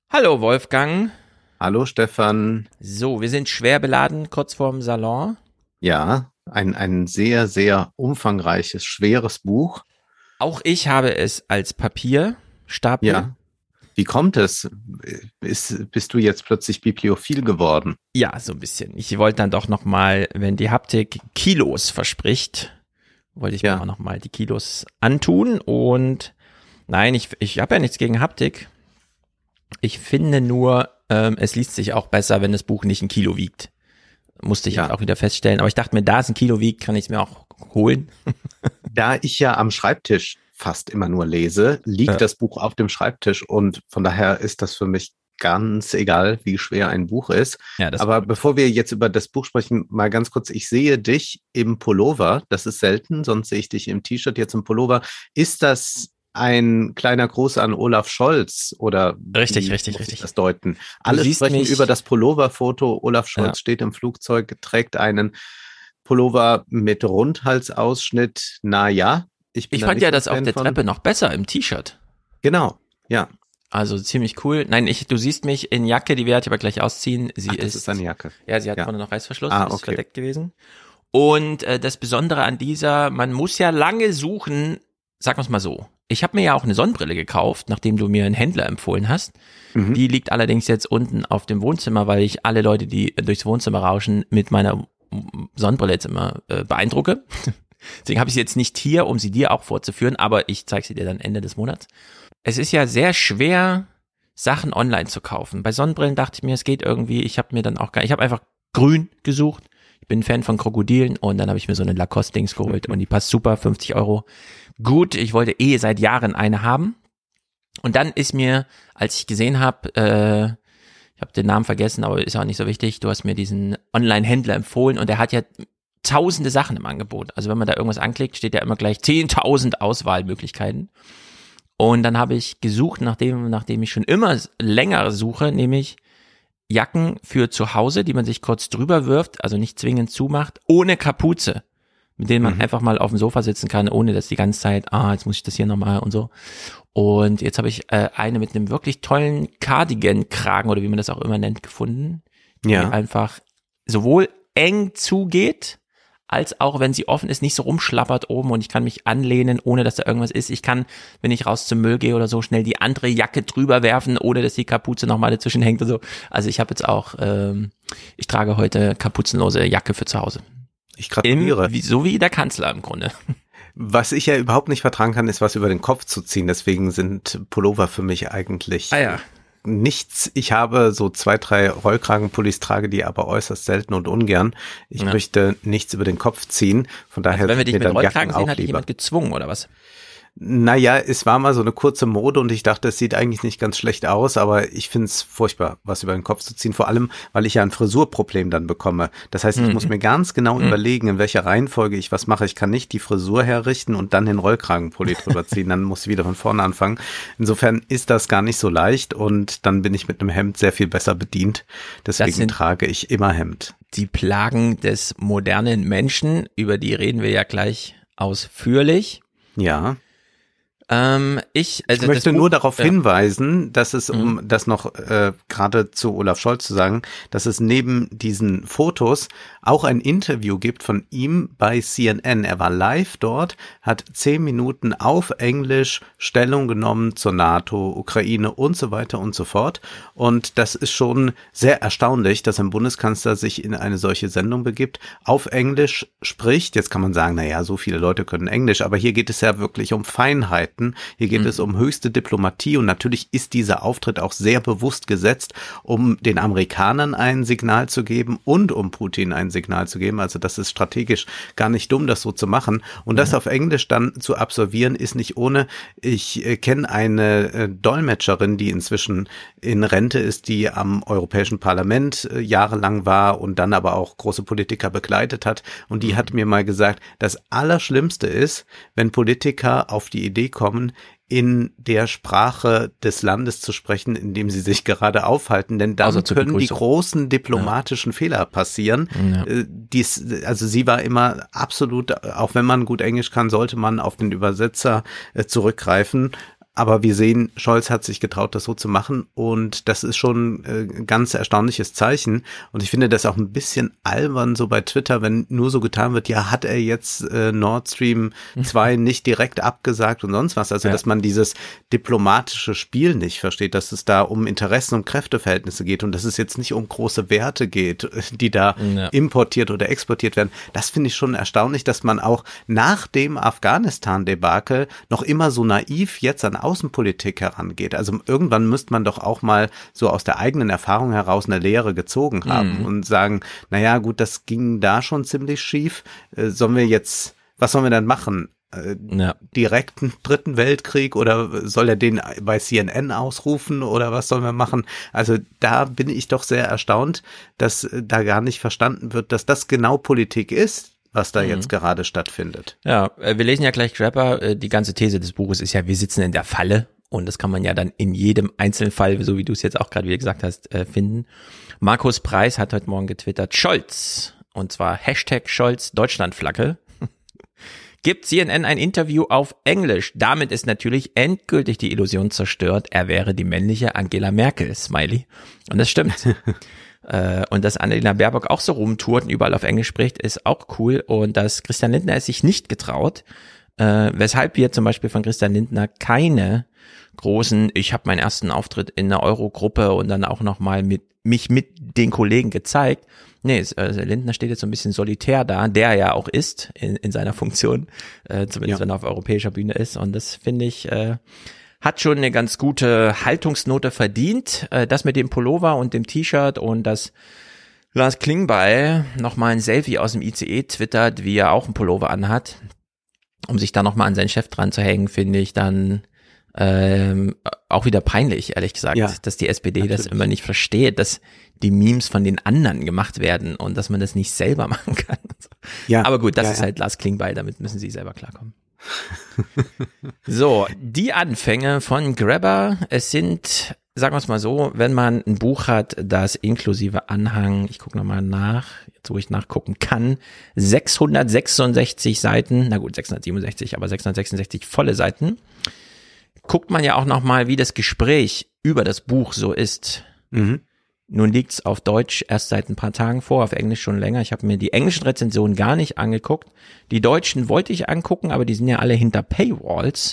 Hallo Wolfgang. Hallo Stefan. So, wir sind schwer beladen, kurz vorm Salon. Ja, ein sehr, sehr umfangreiches, schweres Buch. Auch ich habe es als Papierstapel. Ja. Wie kommt es? Bist du jetzt plötzlich bibliophil geworden? Ja, so ein bisschen. Ich wollte dann doch nochmal, wenn die Haptik Kilos verspricht, wollte ich mir auch nochmal die Kilos antun. Und nein, ich habe ja nichts gegen Haptik. Ich finde nur, es liest sich auch besser, wenn das Buch nicht 1 Kilo wiegt. Musste ich jetzt auch wieder feststellen. Aber ich dachte mir, da es 1 Kilo wiegt, kann ich es mir auch holen. Da ich ja am Schreibtisch fast immer nur lese, liegt das Buch auf dem Schreibtisch und von daher ist das für mich ganz egal, wie schwer ein Buch ist. Ja, Aber bevor wir jetzt über das Buch sprechen, mal ganz kurz, ich sehe dich im Pullover, das ist selten, sonst sehe ich dich im T-Shirt, jetzt im Pullover. Ist das ein kleiner Gruß an Olaf Scholz oder richtig. Muss ich das deuten? Alle sprechen über das Pullover-Foto. Olaf Scholz steht im Flugzeug, trägt einen Pullover mit Rundhalsausschnitt. Naja, ich fand ja das auf der Treppe noch besser im T-Shirt. Genau, ja. Also ziemlich cool. Nein, du siehst mich in Jacke, die werde ich aber gleich ausziehen. Das ist eine Jacke. Ja, sie hat vorne noch Reißverschluss, ist okay. verdeckt gewesen. Und das Besondere an dieser, man muss ja lange suchen, sagen wir es mal so. Ich habe mir ja auch eine Sonnenbrille gekauft, nachdem du mir einen Händler empfohlen hast. Mhm. Die liegt allerdings jetzt unten auf dem Wohnzimmer, weil ich alle Leute, die durchs Wohnzimmer rauschen, mit meiner Sonnenbrille jetzt immer beeindrucke. Deswegen habe ich sie jetzt nicht hier, um sie dir auch vorzuführen, aber ich zeige sie dir dann Ende des Monats. Es ist ja sehr schwer, Sachen online zu kaufen. Bei Sonnenbrillen dachte ich mir, es geht irgendwie. Ich habe einfach grün gesucht. Ich bin ein Fan von Krokodilen und dann habe ich mir so eine Lacoste-Dings geholt und die passt super, 50 €. Gut, ich wollte seit Jahren eine haben. Und dann ist mir, als ich gesehen habe, ich habe den Namen vergessen, aber ist auch nicht so wichtig, du hast mir diesen Online-Händler empfohlen und der hat ja tausende Sachen im Angebot. Also wenn man da irgendwas anklickt, steht ja immer gleich 10.000 Auswahlmöglichkeiten. Und dann habe ich gesucht, nachdem ich schon immer länger suche, nämlich Jacken für zu Hause, die man sich kurz drüber wirft, also nicht zwingend zumacht, ohne Kapuze, mit denen man einfach mal auf dem Sofa sitzen kann, ohne dass die ganze Zeit, jetzt muss ich das hier nochmal und so. Und jetzt habe ich eine mit einem wirklich tollen Cardigan-Kragen oder wie man das auch immer nennt, gefunden, die einfach sowohl eng zugeht, als auch, wenn sie offen ist, nicht so rumschlappert oben und ich kann mich anlehnen, ohne dass da irgendwas ist. Ich kann, wenn ich raus zum Müll gehe oder so, schnell die andere Jacke drüber werfen, ohne dass die Kapuze nochmal dazwischen hängt und so. Also ich habe jetzt auch, ich trage heute kapuzenlose Jacke für zu Hause. Ich gratuliere. So wie der Kanzler im Grunde. Was ich ja überhaupt nicht vertragen kann, ist was über den Kopf zu ziehen. Deswegen sind Pullover für mich eigentlich nichts. Ich habe so 2, 3 Rollkragenpullis, trage die aber äußerst selten und ungern. Ich möchte nichts über den Kopf ziehen. Von daher, also wenn wir dich mit Rollkragen sehen, hat dich jemand gezwungen oder was? Naja, es war mal so eine kurze Mode und ich dachte, es sieht eigentlich nicht ganz schlecht aus, aber ich finde es furchtbar, was über den Kopf zu ziehen, vor allem, weil ich ja ein Frisurproblem dann bekomme. Das heißt, ich muss mir ganz genau überlegen, in welcher Reihenfolge ich was mache. Ich kann nicht die Frisur herrichten und dann den Rollkragenpulli drüber ziehen, dann muss ich wieder von vorne anfangen. Insofern ist das gar nicht so leicht und dann bin ich mit einem Hemd sehr viel besser bedient. Deswegen trage ich immer Hemd. Die Plagen des modernen Menschen, über die reden wir ja gleich ausführlich. Ja. Ich möchte nur darauf hinweisen, dass es, um das noch gerade zu Olaf Scholz zu sagen, dass es neben diesen Fotos auch ein Interview gibt von ihm bei CNN. Er war live dort, hat 10 Minuten auf Englisch Stellung genommen zur NATO, Ukraine und so weiter und so fort. Und das ist schon sehr erstaunlich, dass ein Bundeskanzler sich in eine solche Sendung begibt, auf Englisch spricht. Jetzt kann man sagen, naja, so viele Leute können Englisch, aber hier geht es ja wirklich um Feinheiten. Hier geht es um höchste Diplomatie und natürlich ist dieser Auftritt auch sehr bewusst gesetzt, um den Amerikanern ein Signal zu geben und um Putin ein Signal zu geben. Also das ist strategisch gar nicht dumm, das so zu machen. Und das auf Englisch dann zu absolvieren, ist nicht ohne. Ich kenne eine Dolmetscherin, die inzwischen in Rente ist, die am Europäischen Parlament jahrelang war und dann aber auch große Politiker begleitet hat. Und die hat mir mal gesagt, das Allerschlimmste ist, wenn Politiker auf die Idee kommen, in der Sprache des Landes zu sprechen, in dem sie sich gerade aufhalten, denn dann können die großen diplomatischen Fehler passieren. Ja. Also sie war immer absolut, auch wenn man gut Englisch kann, sollte man auf den Übersetzer zurückgreifen. Aber wir sehen, Scholz hat sich getraut, das so zu machen und das ist schon ein ganz erstaunliches Zeichen. Und ich finde das auch ein bisschen albern so bei Twitter, wenn nur so getan wird, ja, hat er jetzt Nord Stream 2 nicht direkt abgesagt und sonst was. Also, dass man dieses diplomatische Spiel nicht versteht, dass es da um Interessen und Kräfteverhältnisse geht und dass es jetzt nicht um große Werte geht, die da importiert oder exportiert werden. Das finde ich schon erstaunlich, dass man auch nach dem Afghanistan-Debakel noch immer so naiv jetzt an Außenpolitik herangeht. Also irgendwann müsste man doch auch mal so aus der eigenen Erfahrung heraus eine Lehre gezogen haben und sagen, naja, gut, das ging da schon ziemlich schief. Was sollen wir dann machen? Direkt einen dritten Weltkrieg oder soll er den bei CNN ausrufen oder was sollen wir machen? Also da bin ich doch sehr erstaunt, dass da gar nicht verstanden wird, dass das genau Politik ist, was da jetzt gerade stattfindet. Ja, wir lesen ja gleich Grabber. Die ganze These des Buches ist ja, wir sitzen in der Falle und das kann man ja dann in jedem einzelnen Fall, so wie du es jetzt auch gerade wieder gesagt hast, finden. Markus Preis hat heute Morgen getwittert, Scholz, und zwar Hashtag Scholz Deutschlandflagge, gibt CNN ein Interview auf Englisch. Damit ist natürlich endgültig die Illusion zerstört, er wäre die männliche Angela Merkel, Smiley. Und das stimmt. Und dass Annalena Baerbock auch so rumtourt und überall auf Englisch spricht, ist auch cool. Und dass Christian Lindner es sich nicht getraut, weshalb wir zum Beispiel von Christian Lindner keine großen, ich habe meinen ersten Auftritt in einer Eurogruppe und dann auch nochmal mich mit den Kollegen gezeigt. Nee, Lindner steht jetzt so ein bisschen solitär da, der ja auch ist in seiner Funktion, zumindest wenn er auf europäischer Bühne ist. Und das finde ich, hat schon eine ganz gute Haltungsnote verdient. Das mit dem Pullover und dem T-Shirt und das Lars Klingbeil nochmal ein Selfie aus dem ICE twittert, wie er auch einen Pullover anhat, um sich da nochmal an seinen Chef dran zu hängen, finde ich dann auch wieder peinlich, ehrlich gesagt, dass die SPD das immer nicht versteht, dass die Memes von den anderen gemacht werden und dass man das nicht selber machen kann. Ja, aber gut, das ist halt Lars Klingbeil, damit müssen sie selber klarkommen. So, die Anfänge von Grabber, es sind, sagen wir es mal so, wenn man ein Buch hat, das inklusive Anhang, ich gucke nochmal nach, jetzt wo ich nachgucken kann, 666 Seiten, na gut, 667, aber 666 volle Seiten, guckt man ja auch nochmal, wie das Gespräch über das Buch so ist. Nun liegt's auf Deutsch erst seit ein paar Tagen vor, auf Englisch schon länger. Ich habe mir die englischen Rezensionen gar nicht angeguckt. Die deutschen wollte ich angucken, aber die sind ja alle hinter Paywalls.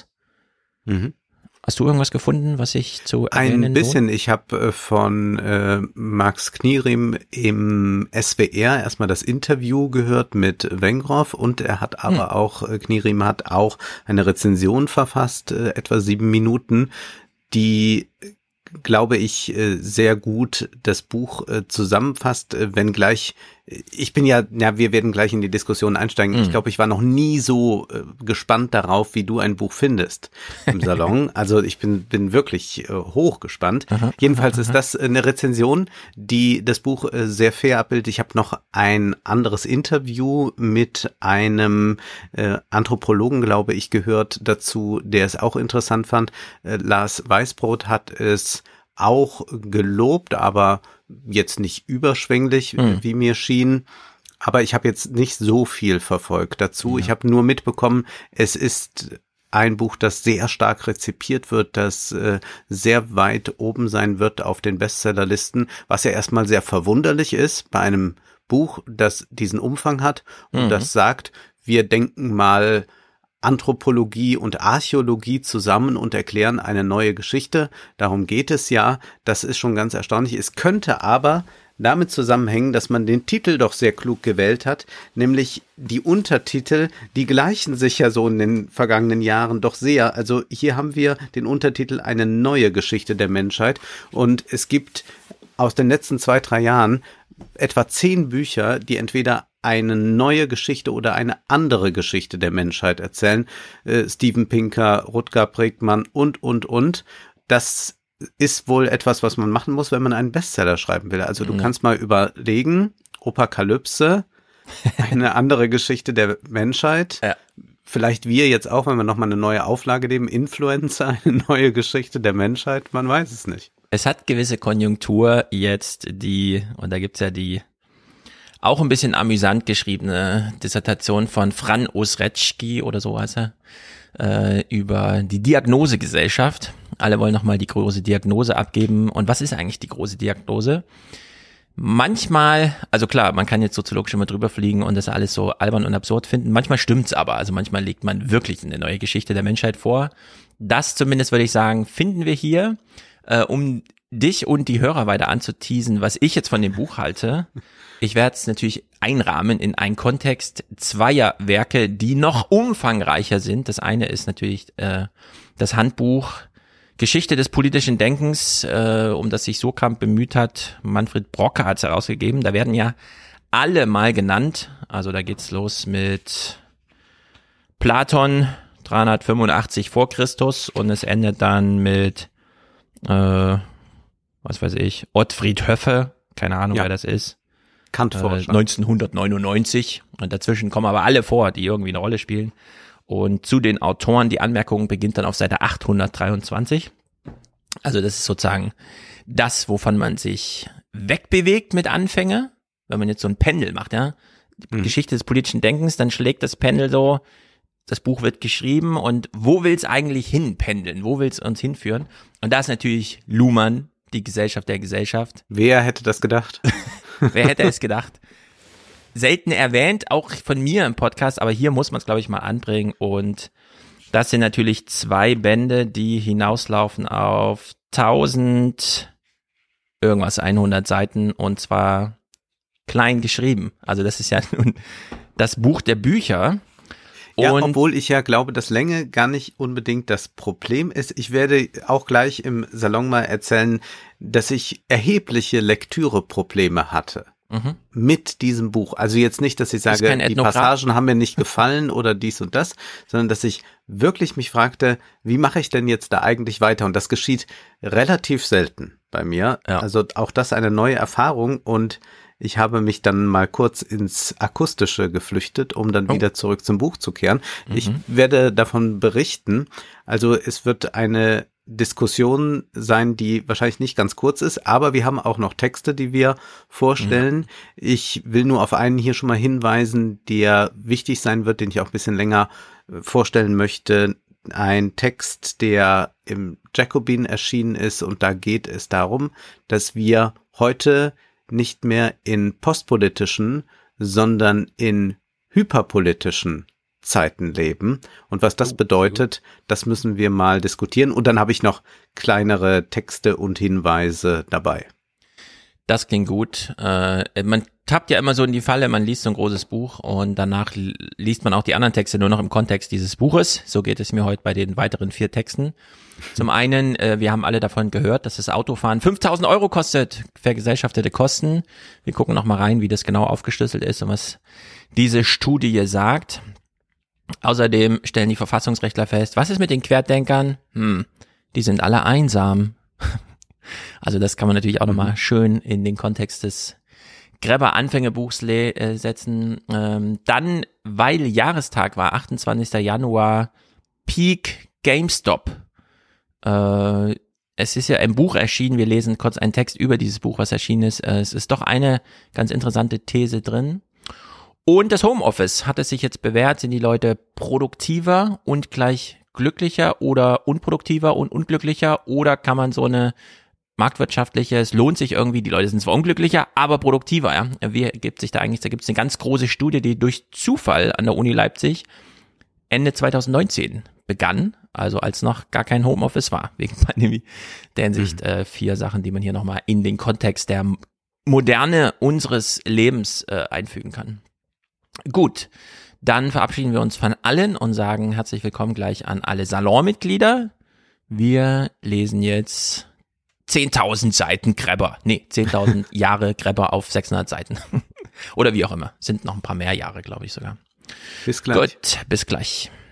Hast du irgendwas gefunden, was ich zu erwähnen Ein bisschen. Lohnt? Ich habe von Max Knierim im SWR erstmal das Interview gehört mit Wengrow und er hat aber auch, Knierim hat auch eine Rezension verfasst, etwa 7 Minuten, die, glaube ich, sehr gut das Buch zusammenfasst, wenngleich ich bin wir werden gleich in die Diskussion einsteigen. Ich glaube, ich war noch nie so gespannt darauf, wie du ein Buch findest im Salon. Also ich bin wirklich hoch gespannt. Jedenfalls ist das eine Rezension, die das Buch sehr fair abbildet. Ich habe noch ein anderes Interview mit einem Anthropologen, glaube ich, gehört dazu, der es auch interessant fand. Lars Weißbrot hat es auch gelobt, aber jetzt nicht überschwänglich, wie mir schien. Aber ich habe jetzt nicht so viel verfolgt dazu. Ich habe nur mitbekommen, es ist ein Buch, das sehr stark rezipiert wird, das sehr weit oben sein wird auf den Bestsellerlisten, was ja erstmal sehr verwunderlich ist bei einem Buch, das diesen Umfang hat und das sagt, wir denken mal Anthropologie und Archäologie zusammen und erklären eine neue Geschichte. Darum geht es ja. Das ist schon ganz erstaunlich. Es könnte aber damit zusammenhängen, dass man den Titel doch sehr klug gewählt hat, nämlich die Untertitel, die gleichen sich ja so in den vergangenen Jahren doch sehr. Also hier haben wir den Untertitel Eine neue Geschichte der Menschheit und es gibt aus den letzten 2-3 Jahren etwa 10 Bücher, die entweder eine neue Geschichte oder eine andere Geschichte der Menschheit erzählen. Steven Pinker, Rutger Bregmann und. Das ist wohl etwas, was man machen muss, wenn man einen Bestseller schreiben will. Also du kannst mal überlegen, Opokalypse, eine andere Geschichte der Menschheit. Ja. Vielleicht wir jetzt auch, wenn wir nochmal eine neue Auflage nehmen, Influencer, eine neue Geschichte der Menschheit, man weiß es nicht. Es hat gewisse Konjunktur jetzt, und da gibt's ja die auch ein bisschen amüsant geschriebene Dissertation von Fran Osrecki oder so heißt er, über die Diagnosegesellschaft. Alle wollen nochmal die große Diagnose abgeben. Und was ist eigentlich die große Diagnose? Manchmal, also klar, man kann jetzt soziologisch immer drüber fliegen und das alles so albern und absurd finden. Manchmal stimmt's aber. Also manchmal legt man wirklich eine neue Geschichte der Menschheit vor. Das zumindest, würde ich sagen, finden wir hier, um dich und die Hörer weiter anzuteasen, was ich jetzt von dem Buch halte. Ich werde es natürlich einrahmen in einen Kontext zweier Werke, die noch umfangreicher sind. Das eine ist natürlich das Handbuch Geschichte des politischen Denkens, um das sich Surkamp bemüht hat. Manfred Brocke hat es herausgegeben. Da werden ja alle mal genannt. Also da geht's los mit Platon 385 vor Christus und es endet dann mit was weiß ich, Ottfried Höffe, keine Ahnung, wer das ist. Kantforscher. 1999. Und dazwischen kommen aber alle vor, die irgendwie eine Rolle spielen. Und zu den Autoren, die Anmerkung beginnt dann auf Seite 823. Also das ist sozusagen das, wovon man sich wegbewegt mit Anfänge. Wenn man jetzt so ein Pendel macht, ja. Die Geschichte des politischen Denkens, dann schlägt das Pendel so, das Buch wird geschrieben und wo will's eigentlich hinpendeln? Wo will's uns hinführen? Und da ist natürlich Luhmann, die Gesellschaft der Gesellschaft. Wer hätte das gedacht? Wer hätte es gedacht? Selten erwähnt, auch von mir im Podcast, aber hier muss man es, glaube ich, mal anbringen. Und das sind natürlich 2 Bände, die hinauslaufen auf 100 Seiten und zwar klein geschrieben. Also das ist ja nun das Buch der Bücher. Ja, obwohl ich ja glaube, dass Länge gar nicht unbedingt das Problem ist. Ich werde auch gleich im Salon mal erzählen, dass ich erhebliche Lektüreprobleme hatte mit diesem Buch. Also jetzt nicht, dass ich sage, die Passagen haben mir nicht gefallen oder dies und das, sondern dass ich wirklich mich fragte, wie mache ich denn jetzt da eigentlich weiter? Und das geschieht relativ selten bei mir. Ja. Also auch das eine neue Erfahrung und ich habe mich dann mal kurz ins Akustische geflüchtet, um dann wieder zurück zum Buch zu kehren. Ich werde davon berichten. Also es wird eine Diskussion sein, die wahrscheinlich nicht ganz kurz ist, aber wir haben auch noch Texte, die wir vorstellen. Ich will nur auf einen hier schon mal hinweisen, der wichtig sein wird, den ich auch ein bisschen länger vorstellen möchte. Ein Text, der im Jacobin erschienen ist und da geht es darum, dass wir heute nicht mehr in postpolitischen, sondern in hyperpolitischen Zeiten leben. Und was das bedeutet, das müssen wir mal diskutieren. Und dann habe ich noch kleinere Texte und Hinweise dabei. Das klingt gut. Man tappt ja immer so in die Falle, man liest so ein großes Buch und danach liest man auch die anderen Texte nur noch im Kontext dieses Buches. So geht es mir heute bei den weiteren 4 Texten. Zum einen, wir haben alle davon gehört, dass das Autofahren 5.000 € kostet, vergesellschaftete Kosten. Wir gucken noch mal rein, wie das genau aufgeschlüsselt ist und was diese Studie sagt. Außerdem stellen die Verfassungsrechtler fest, was ist mit den Querdenkern? Die sind alle einsam. Also das kann man natürlich auch nochmal schön in den Kontext des Grebber-Anfängebuchs setzen. Dann, weil Jahrestag war, 28. Januar, Peak GameStop. Es ist ja ein Buch erschienen, wir lesen kurz einen Text über dieses Buch, was erschienen ist. Es ist doch eine ganz interessante These drin. Und das Homeoffice hat es sich jetzt bewährt, sind die Leute produktiver und gleich glücklicher oder unproduktiver und unglücklicher oder kann man so eine marktwirtschaftliche, es lohnt sich irgendwie, die Leute sind zwar unglücklicher, aber produktiver, ja. Wie ergibt sich da eigentlich, da gibt es eine ganz große Studie, die durch Zufall an der Uni Leipzig Ende 2019 begann, also als noch gar kein Homeoffice war, wegen Pandemie. Der Hinsicht 4 Sachen, die man hier nochmal in den Kontext der Moderne unseres Lebens einfügen kann. Gut, dann verabschieden wir uns von allen und sagen herzlich willkommen gleich an alle Salonmitglieder. Wir lesen jetzt 10.000 Seiten Grebber. 10.000 Jahre Grebber auf 600 Seiten. Oder wie auch immer. Sind noch ein paar mehr Jahre, glaube ich sogar. Bis gleich. Gut, bis gleich.